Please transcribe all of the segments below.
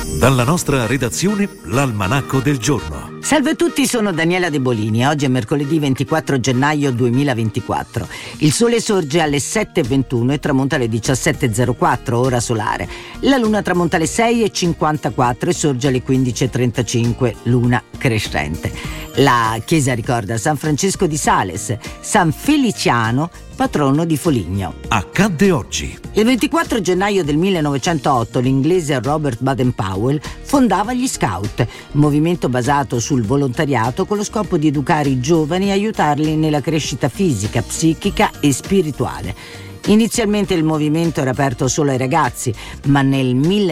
Dalla nostra redazione, l'Almanacco del giorno. Salve a tutti, sono Daniela De Bolini. Oggi è mercoledì 24 gennaio 2024. Il sole sorge alle 7:21 e tramonta alle 17:04, ora solare. La luna tramonta alle 6:54 e sorge alle 15:35, luna crescente. La chiesa ricorda San Francesco di Sales, San Feliciano, patrono di Foligno. Accadde oggi. Il 24 gennaio del 1908 l'inglese Robert Baden-Powell fondava gli Scout, movimento basato sul volontariato con lo scopo di educare i giovani e aiutarli nella crescita fisica, psichica e spirituale. Inizialmente il movimento era aperto solo ai ragazzi, ma nel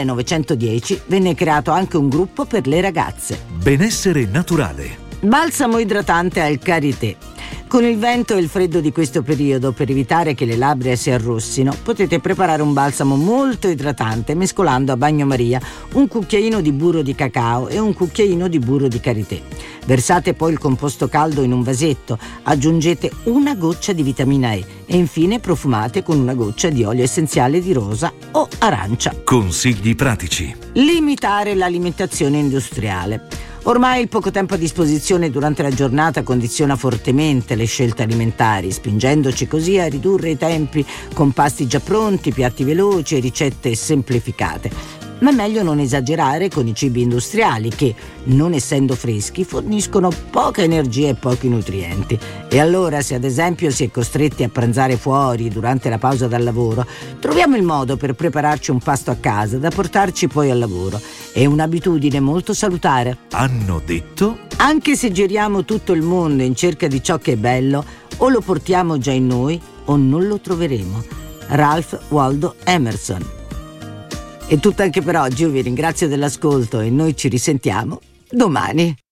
1910 venne creato anche un gruppo per le ragazze. Benessere naturale. Balsamo idratante al karité. Con il vento e il freddo di questo periodo, per evitare che le labbra si arrossino, potete preparare un balsamo molto idratante mescolando a bagnomaria un cucchiaino di burro di cacao e un cucchiaino di burro di karité. Versate poi il composto caldo in un vasetto, aggiungete una goccia di vitamina E e infine profumate con una goccia di olio essenziale di rosa o arancia. Consigli pratici. Limitare l'alimentazione industriale. Ormai il poco tempo a disposizione durante la giornata condiziona fortemente le scelte alimentari, spingendoci così a ridurre i tempi con pasti già pronti, piatti veloci e ricette semplificate. Ma è meglio non esagerare con i cibi industriali che, non essendo freschi, forniscono poca energia e pochi nutrienti. E allora, se ad esempio si è costretti a pranzare fuori durante la pausa dal lavoro, troviamo il modo per prepararci un pasto a casa da portarci poi al lavoro. È un'abitudine molto salutare. Hanno detto? Anche se giriamo tutto il mondo in cerca di ciò che è bello, o lo portiamo già in noi o non lo troveremo. Ralph Waldo Emerson. È tutto anche per oggi, io vi ringrazio dell'ascolto e noi ci risentiamo domani.